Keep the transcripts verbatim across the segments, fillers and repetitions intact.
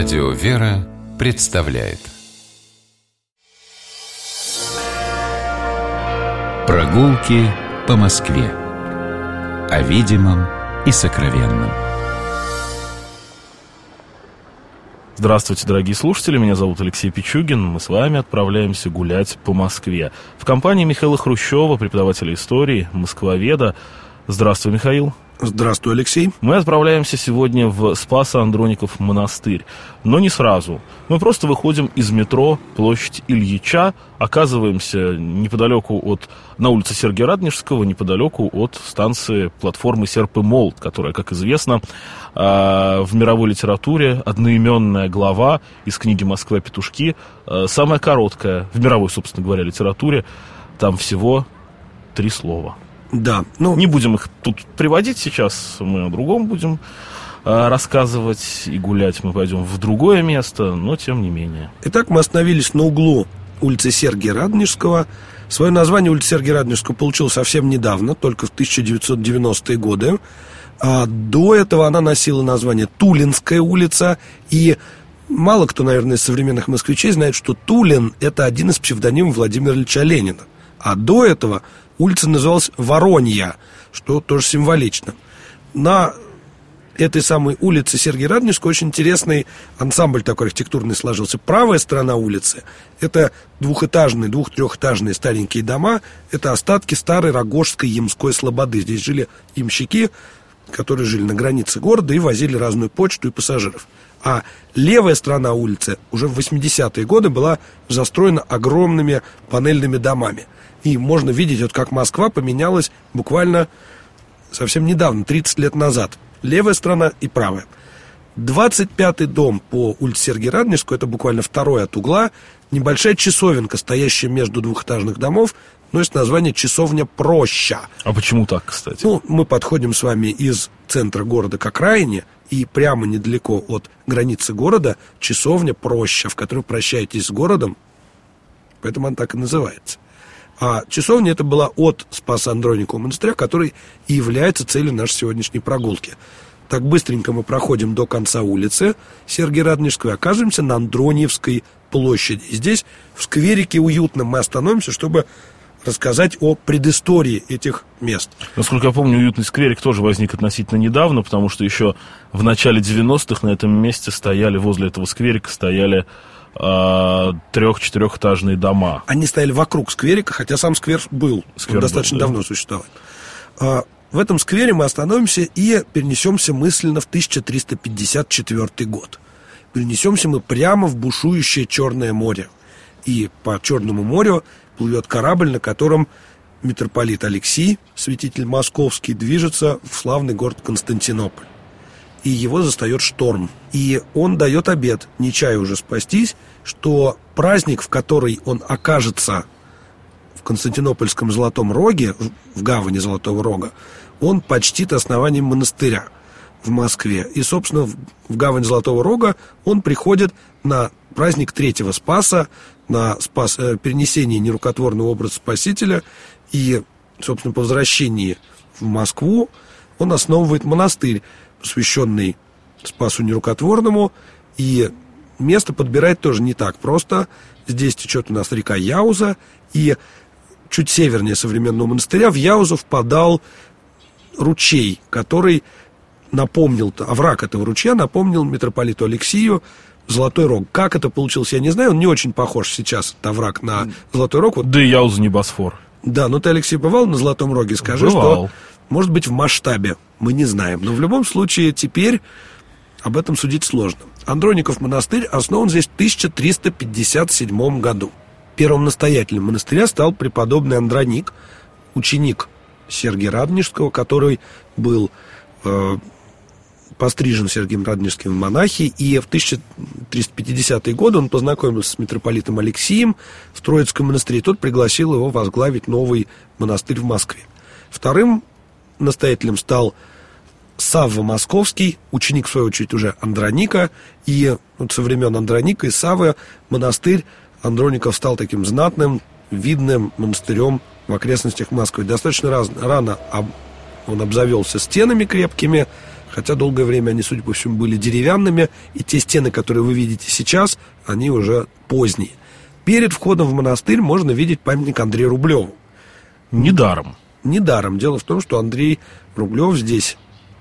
Радио «Вера» представляет Прогулки по Москве. О видимом и сокровенном. Здравствуйте, дорогие слушатели, меня зовут Алексей Пичугин. Мы с вами отправляемся гулять по Москве в компании Михаила Хрущева, преподавателя истории, москвоведа. Здравствуй, Михаил. Здравствуй, Алексей. Мы отправляемся сегодня в Спасо-Андроников монастырь, но не сразу. Мы просто выходим из метро, площадь Ильича, оказываемся неподалеку от, на улице Сергия Радонежского, неподалеку от станции платформы Серп и Молот, которая, как известно, в мировой литературе одноименная глава из книги «Москва. Петушки», самая короткая в мировой, собственно говоря, литературе. Там всего три слова. Да, ну... Не будем их тут приводить сейчас, мы о другом будем э, рассказывать и гулять мы пойдем в другое место, но тем не менее. Итак, мы остановились на углу улицы Сергия Радонежского. Свое название улица Сергия Радонежского получила совсем недавно, только в тысяча девятьсот девяностые годы. А до этого она носила название Тулинская улица, и мало кто, наверное, из современных москвичей знает, что Тулин – это один из псевдонимов Владимира Ильича Ленина. А до этого улица называлась Воронья, что тоже символично. На этой самой улице Сергия Радонежского очень интересный ансамбль такой архитектурный сложился. Правая сторона улицы – это двухэтажные, двух-трехэтажные старенькие дома. Это остатки старой Рогожской ямской слободы. Здесь жили ямщики, которые жили на границе города и возили разную почту и пассажиров. А левая сторона улицы уже в восьмидесятые годы была застроена огромными панельными домами. И можно видеть, вот как Москва поменялась буквально совсем недавно, тридцать лет назад. Левая сторона и правая. двадцать пятый дом по улице Сергия Радонежского, это буквально второй от угла, небольшая часовенка, стоящая между двухэтажных домов, носит название «Часовня Проща». А почему так, кстати? Ну, мы подходим с вами из центра города к окраине, и прямо недалеко от границы города часовня Проща, в которой прощаетесь с городом, поэтому она так и называется. А часовня это была от Спасо-Андроникового монастыря, который и является целью нашей сегодняшней прогулки. Так быстренько мы проходим до конца улицы Сергия Радонежского и оказываемся на Андрониевской площади. И здесь в скверике уютном мы остановимся, чтобы рассказать о предыстории этих мест. Насколько я помню, уютный скверик тоже возник относительно недавно, потому что еще в начале девяностых на этом месте стояли, возле этого скверика стояли трех-четырехэтажные дома. Они стояли вокруг скверика, хотя сам сквер был, сквер он достаточно был, да? давно существовал. А, в этом сквере мы остановимся и перенесемся мысленно в тысяча триста пятьдесят четвёртый год. Перенесемся мы прямо в бушующее Черное море. И по Черному морю плывет корабль, на котором митрополит Алексий, святитель московский, движется в славный город Константинополь. И его застает шторм. И он дает обет, нечаянно уже спастись, что праздник, в который он окажется в Константинопольском Золотом Роге, в гавани Золотого Рога, он почтит основанием монастыря в Москве. И, собственно, в гавань Золотого Рога он приходит на праздник Третьего Спаса, на спас, э, перенесение нерукотворного образа Спасителя. И, собственно, по возвращении в Москву он основывает монастырь, посвященный Спасу Нерукотворному, и место подбирать тоже не так просто. Здесь течет у нас река Яуза, и чуть севернее современного монастыря в Яузу впадал ручей, который напомнил, овраг этого ручья напомнил митрополиту Алексию Золотой Рог. Как это получилось, я не знаю, он не очень похож сейчас, этот овраг, на Золотой Рог. Вот. Да и Яуза не Босфор. Да, но ты, Алексей, бывал на Золотом Роге? Скажи, бывал. Что, может быть, в масштабе, мы не знаем. Но в любом случае, теперь об этом судить сложно. Андроников монастырь основан здесь в тысяча триста пятьдесят седьмом году. Первым настоятелем монастыря стал преподобный Андроник, ученик Сергия Радонежского, который был э, пострижен Сергием Радонежским в монахи, и в тысяча триста пятидесятые годы он познакомился с митрополитом Алексием в Троицком монастыре, и тот пригласил его возглавить новый монастырь в Москве. Вторым настоятелем стал Савва Московский, ученик, в свою очередь, уже Андроника, и вот со времен Андроника и Саввы монастырь Андроников стал таким знатным, видным монастырем в окрестностях Москвы. Достаточно раз, рано об, он обзавелся стенами крепкими, хотя долгое время они, судя по всему, были деревянными, и те стены, которые вы видите сейчас, они уже поздние. Перед входом в монастырь можно видеть памятник Андрею Рублеву. Недаром. Недаром. Дело в том, что Андрей Рублев здесь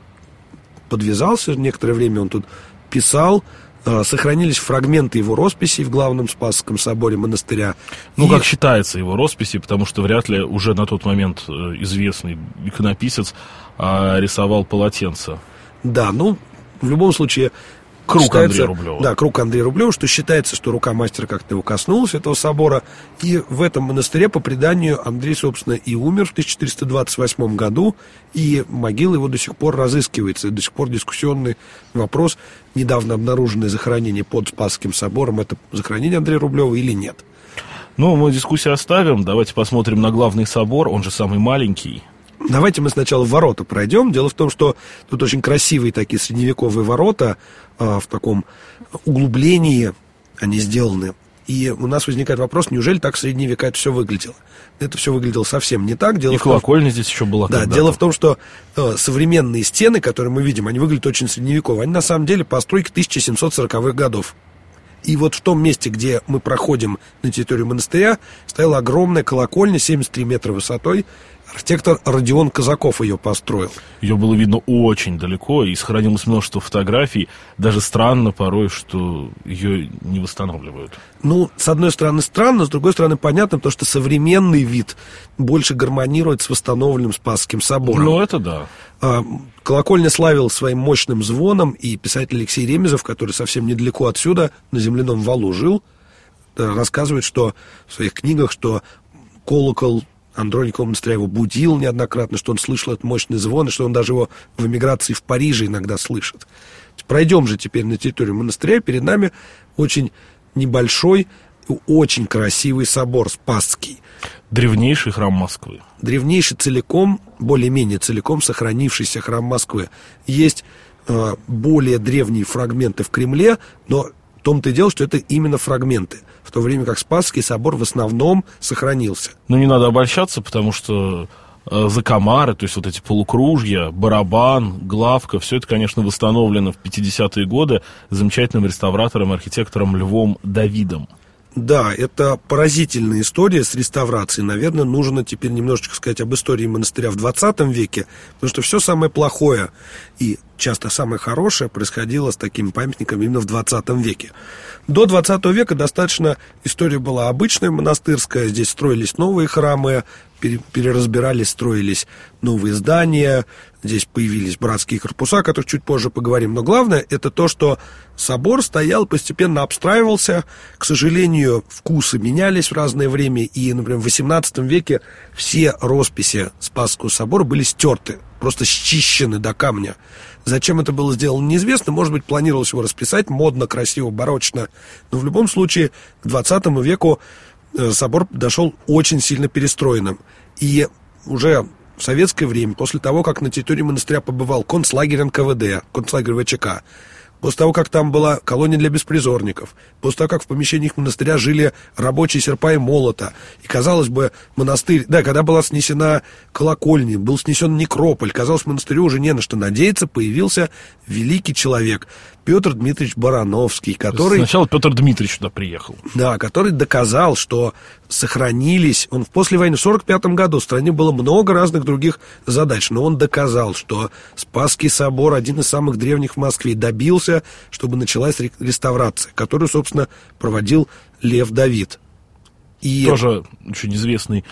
подвязался, некоторое время он тут писал, сохранились фрагменты его росписей в главном Спасском соборе монастыря. Ну, и... как считается его росписи, потому что вряд ли уже на тот момент известный иконописец рисовал полотенца. Да, ну, в любом случае... Круг считается, Андрея Рублева. Да, круг Андрея Рублева, что считается, что рука мастера как-то его коснулась, этого собора. И в этом монастыре, по преданию, Андрей, собственно, и умер в тысяча четыреста двадцать восьмом году, и могила его до сих пор разыскивается. До сих пор дискуссионный вопрос, недавно обнаруженное захоронение под Спасским собором, это захоронение Андрея Рублева или нет. Ну, мы дискуссию оставим, давайте посмотрим на главный собор, он же самый маленький. Давайте мы сначала в ворота пройдем. Дело в том, что тут очень красивые такие средневековые ворота, а, в таком углублении они сделаны. И у нас возникает вопрос, неужели так в средние века это все выглядело? Это все выглядело совсем не так. Дело И в том, колокольня здесь еще была. Да, когда-то. дело в том, что э, современные стены, которые мы видим, они выглядят очень средневеково. Они на самом деле постройки тысяча семьсот сороковых годов. И вот в том месте, где мы проходим на территорию монастыря, стояла огромная колокольня, семьдесят три метра высотой. Архитектор Родион Казаков ее построил. Ее было видно очень далеко, и сохранилось множество фотографий. Даже странно порой, что ее не восстанавливают. Ну, с одной стороны странно, с другой стороны понятно, потому что современный вид больше гармонирует с восстановленным Спасским собором. Ну, это да. Колокольня славил своим мощным звоном, и писатель Алексей Ремезов, который совсем недалеко отсюда, на земляном валу жил, рассказывает, что в своих книгах, что колокол Андроникова монастыря его будил неоднократно, что он слышал этот мощный звон, и что он даже его в эмиграции в Париже иногда слышит. Пройдем же теперь на территорию монастыря, перед нами очень небольшой, очень красивый собор Спасский. Древнейший храм Москвы. Древнейший целиком, более-менее целиком сохранившийся храм Москвы. Есть э, более древние фрагменты в Кремле, но в том-то и дело, что это именно фрагменты, в то время как Спасский собор в основном сохранился. Но не надо обольщаться, потому что э, закомары, то есть вот эти полукружья, барабан, главка, все это, конечно, восстановлено в пятидесятые годы замечательным реставратором и архитектором Львом Давидом. Да, это поразительная история с реставрацией. Наверное, нужно теперь немножечко сказать об истории монастыря в двадцатом веке, потому что все самое плохое и часто самое хорошее происходило с такими памятниками именно в двадцатом веке. До двадцатого века достаточно история была обычная монастырская. Здесь строились новые храмы, переразбирались, строились новые здания. Здесь появились братские корпуса, о которых чуть позже поговорим. Но главное, это то, что собор стоял, постепенно обстраивался. К сожалению, вкусы менялись в разное время. И, например, в восемнадцатом веке все росписи Спасского собора были стерты, просто счищены до камня. Зачем это было сделано, неизвестно. Может быть, планировалось его расписать модно, красиво, барочно. Но в любом случае, к двадцатому веку собор дошел очень сильно перестроенным. И уже в советское время, после того, как на территории монастыря побывал концлагерь эн ка вэ дэ, концлагерь вэ че ка, после того, как там была колония для беспризорников, после того, как в помещениях монастыря жили рабочие серпа и молота, и, казалось бы, монастырь... Да, когда была снесена колокольня, был снесен некрополь, казалось, монастырю уже не на что надеяться, появился великий человек Петр Дмитриевич Барановский, который... Сначала Петр Дмитриевич сюда приехал. Да, который доказал, что сохранились... Он в после войны, в сорок пятом году, в стране было много разных других задач, но он доказал, что Спасский собор, один из самых древних в Москве, добился, чтобы началась реставрация, которую, собственно, проводил Лев Давид. И... Тоже очень известный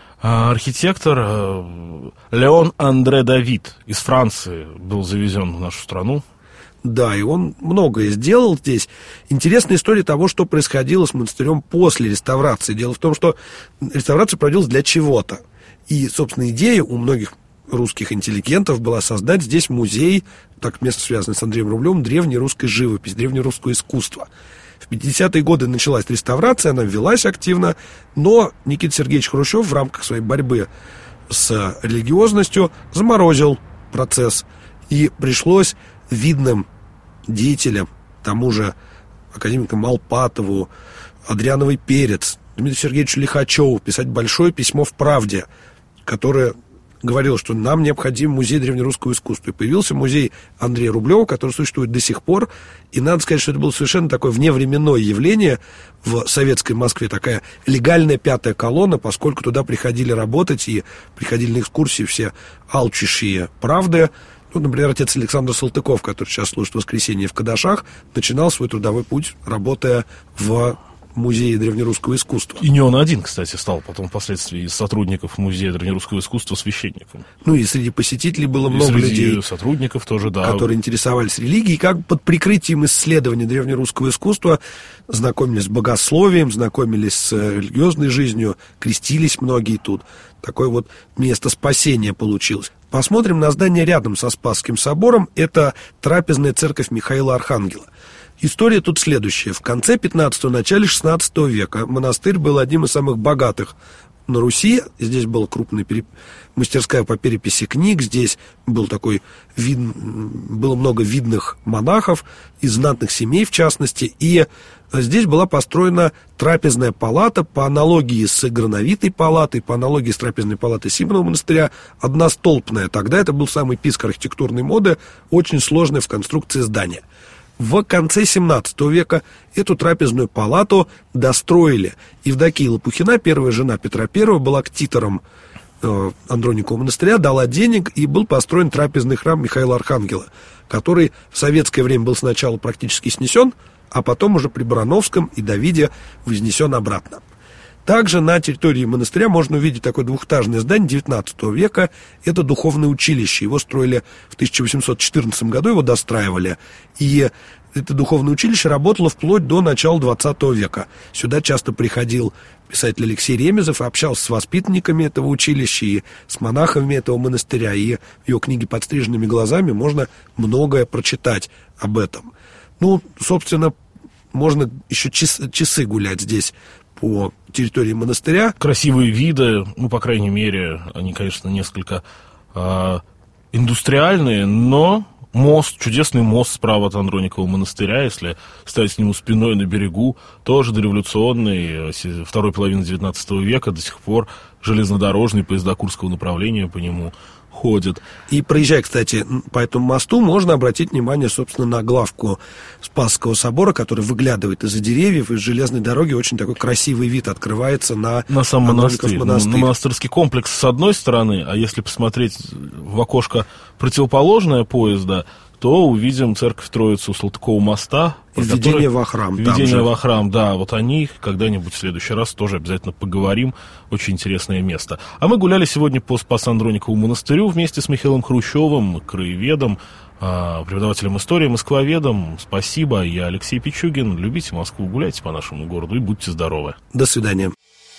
архитектор Леон Андре Давид из Франции был завезен в нашу страну. Да, и он многое сделал здесь. Интересная история того, что происходило с монастырем после реставрации. Дело в том, что реставрация проводилась для чего-то. И, собственно, идея у многих русских интеллигентов была создать здесь музей, так место связано с Андреем Рублевым, древней русской живописи, древнерусское искусство. В пятидесятые годы началась реставрация, она велась активно, но Никита Сергеевич Хрущев в рамках своей борьбы с религиозностью заморозил процесс. И пришлось видным деятелям, тому же академику Малпатову, Адриановой Перец, Дмитрию Сергеевичу Лихачеву писать большое письмо в «Правде», которое говорил, что нам необходим музей древнерусского искусства. И появился музей Андрея Рублева, который существует до сих пор. И надо сказать, что это было совершенно такое вневременное явление в советской Москве, такая легальная пятая колонна, поскольку туда приходили работать и приходили на экскурсии все алчущие правды. Ну, например, отец Александр Салтыков, который сейчас служит в воскресенье в Кадашах, начинал свой трудовой путь, работая в Музее древнерусского искусства. И не он один, кстати, стал потом впоследствии из сотрудников Музея древнерусского искусства священником. Ну и среди посетителей было и много среди людей, сотрудников тоже, да, которые интересовались религией, как под прикрытием исследования древнерусского искусства знакомились с богословием, знакомились с религиозной жизнью, крестились многие тут. Такое вот место спасения получилось. Посмотрим на здание рядом со Спасским собором. Это трапезная церковь Михаила Архангела. История тут следующая. В конце пятнадцатого, начале шестнадцатого века монастырь был одним из самых богатых на Руси. Здесь была крупная переп... мастерская по переписи книг. Здесь был такой вид... было много видных монахов из знатных семей, в частности. И здесь была построена трапезная палата по аналогии с Грановитой палатой, по аналогии с трапезной палатой Симонова монастыря, одностолпная. Тогда это был самый писк архитектурной моды, очень сложное в конструкции здание. В конце семнадцатого века эту трапезную палату достроили. Евдокия Лопухина, первая жена Петра Первого, была ктитором э, Андроникова монастыря, дала денег, и был построен трапезный храм Михаила Архангела, который в советское время был сначала практически снесен, а потом уже при Барановском и Давиде вознесен обратно. Также на территории монастыря можно увидеть такое двухэтажное здание девятнадцатого века. Это духовное училище. Его строили в тысяча восемьсот четырнадцатом году, его достраивали. И это духовное училище работало вплоть до начала двадцатого века. Сюда часто приходил писатель Алексей Ремезов и общался с воспитанниками этого училища и с монахами этого монастыря. И в его книге «Подстриженными глазами» можно многое прочитать об этом. Ну, собственно, можно еще час, часы гулять здесь по территории монастыря. Красивые виды, ну, по крайней мере, они, конечно, несколько э, индустриальные, но мост, чудесный мост справа от Андроникова монастыря, если стоять с нему спиной на берегу, тоже дореволюционный, второй половины девятнадцатого века, до сих пор железнодорожный, поезда Курского направления по нему ходят. И проезжая, кстати, по этому мосту, можно обратить внимание, собственно, на главку Спасского собора, который выглядывает из-за деревьев, из железной дороги. Очень такой красивый вид открывается на, на сам монастырь. монастырь. На монастырский комплекс с одной стороны, а если посмотреть в окошко противоположное поезда, то увидим церковь Троицы у Салтыкова моста. Введение во храм. Введение во храм, да. Вот о них когда-нибудь в следующий раз тоже обязательно поговорим. Очень интересное место. А мы гуляли сегодня по Спасо-Андроникову монастырю вместе с Михаилом Хрущевым, краеведом, преподавателем истории, москвоведом. Спасибо. Я Алексей Пичугин. Любите Москву, гуляйте по нашему городу и будьте здоровы. До свидания.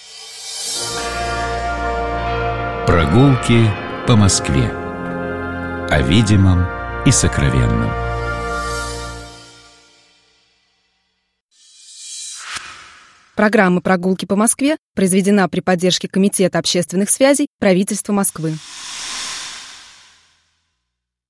Прогулки по Москве. О видимом и сокровенном. Программа «Прогулки по Москве» произведена при поддержке Комитета общественных связей правительства Москвы.